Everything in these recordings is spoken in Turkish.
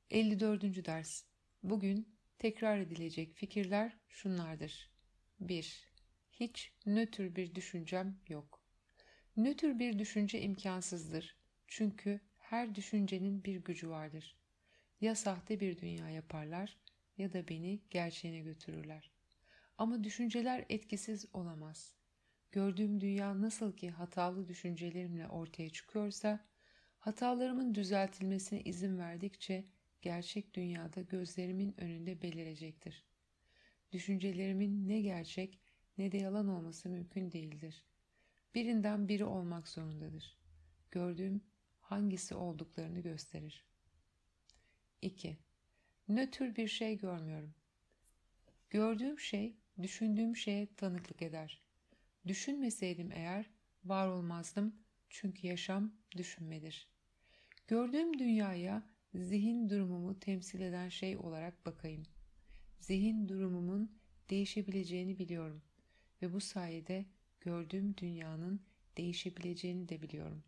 54. ders. Bugün tekrar edilecek fikirler şunlardır. 1. Hiç nötr bir düşüncem yok. Nötr bir düşünce imkansızdır. Çünkü her düşüncenin bir gücü vardır. Ya sahte bir dünya yaparlar ya da beni gerçeğine götürürler. Ama düşünceler etkisiz olamaz. Gördüğüm dünya nasıl ki hatalı düşüncelerimle ortaya çıkıyorsa, hatalarımın düzeltilmesine izin verdikçe gerçek dünyada gözlerimin önünde belirecektir. Düşüncelerimin ne gerçek ne de yalan olması mümkün değildir. Birinden biri olmak zorundadır. Gördüğüm hangisi olduklarını gösterir. 2. Nötr bir şey görmüyorum. Gördüğüm şey, düşündüğüm şeye tanıklık eder. Düşünmeseydim eğer var olmazdım, çünkü yaşam düşünmedir. Gördüğüm dünyaya zihin durumumu temsil eden şey olarak bakayım. Zihin durumumun değişebileceğini biliyorum ve bu sayede gördüğüm dünyanın değişebileceğini de biliyorum.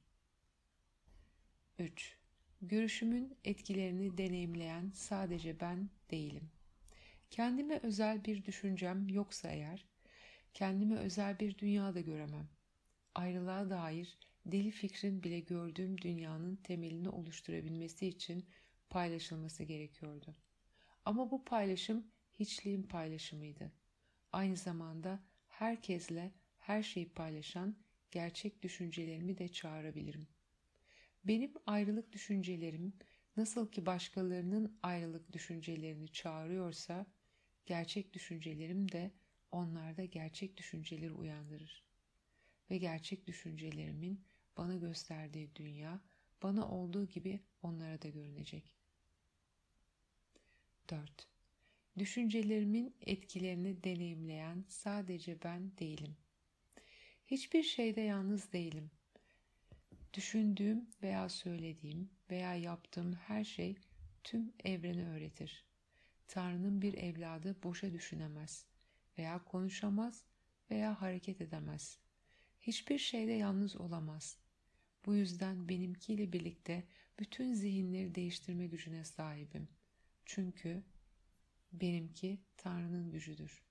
3. Görüşümün etkilerini deneyimleyen sadece ben değilim. Kendime özel bir düşüncem yoksa eğer, kendime özel bir dünya da göremem. Ayrılığa dair deli fikrin bile gördüğüm dünyanın temelini oluşturabilmesi için paylaşılması gerekiyordu. Ama bu paylaşım hiçliğin paylaşımıydı. Aynı zamanda herkesle her şeyi paylaşan gerçek düşüncelerimi de çağırabilirim. Benim ayrılık düşüncelerim nasıl ki başkalarının ayrılık düşüncelerini çağırıyorsa, gerçek düşüncelerim de onlarda gerçek düşünceleri uyandırır. Ve gerçek düşüncelerimin bana gösterdiği dünya, bana olduğu gibi onlara da görünecek. 4. Düşüncelerimin etkilerini deneyimleyen sadece ben değilim. Hiçbir şeyde yalnız değilim. Düşündüğüm veya söylediğim veya yaptığım her şey tüm evreni öğretir. Tanrı'nın bir evladı boşa düşünemez veya konuşamaz veya hareket edemez. Hiçbir şeyde yalnız olamaz. Bu yüzden benimkiyle birlikte bütün zihinleri değiştirme gücüne sahibim. Çünkü benimki Tanrı'nın gücüdür.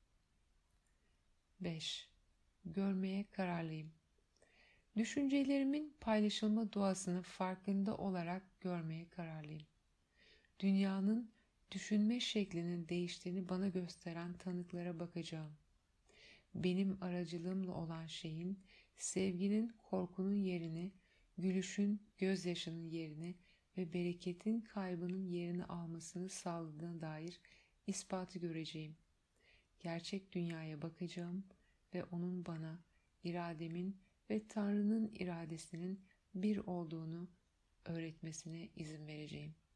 5. Görmeye kararlıyım. Düşüncelerimin paylaşılma doğasını farkında olarak görmeye kararlıyım. Dünyanın düşünme şeklinin değiştiğini bana gösteren tanıklara bakacağım. Benim aracılığımla olan şeyin, sevginin korkunun yerini, gülüşün gözyaşının yerini ve bereketin kaybının yerini almasını sağladığına dair ispatı göreceğim. Gerçek dünyaya bakacağım ve onun bana, irademin ve Tanrı'nın iradesinin bir olduğunu öğretmesine izin vereceğim.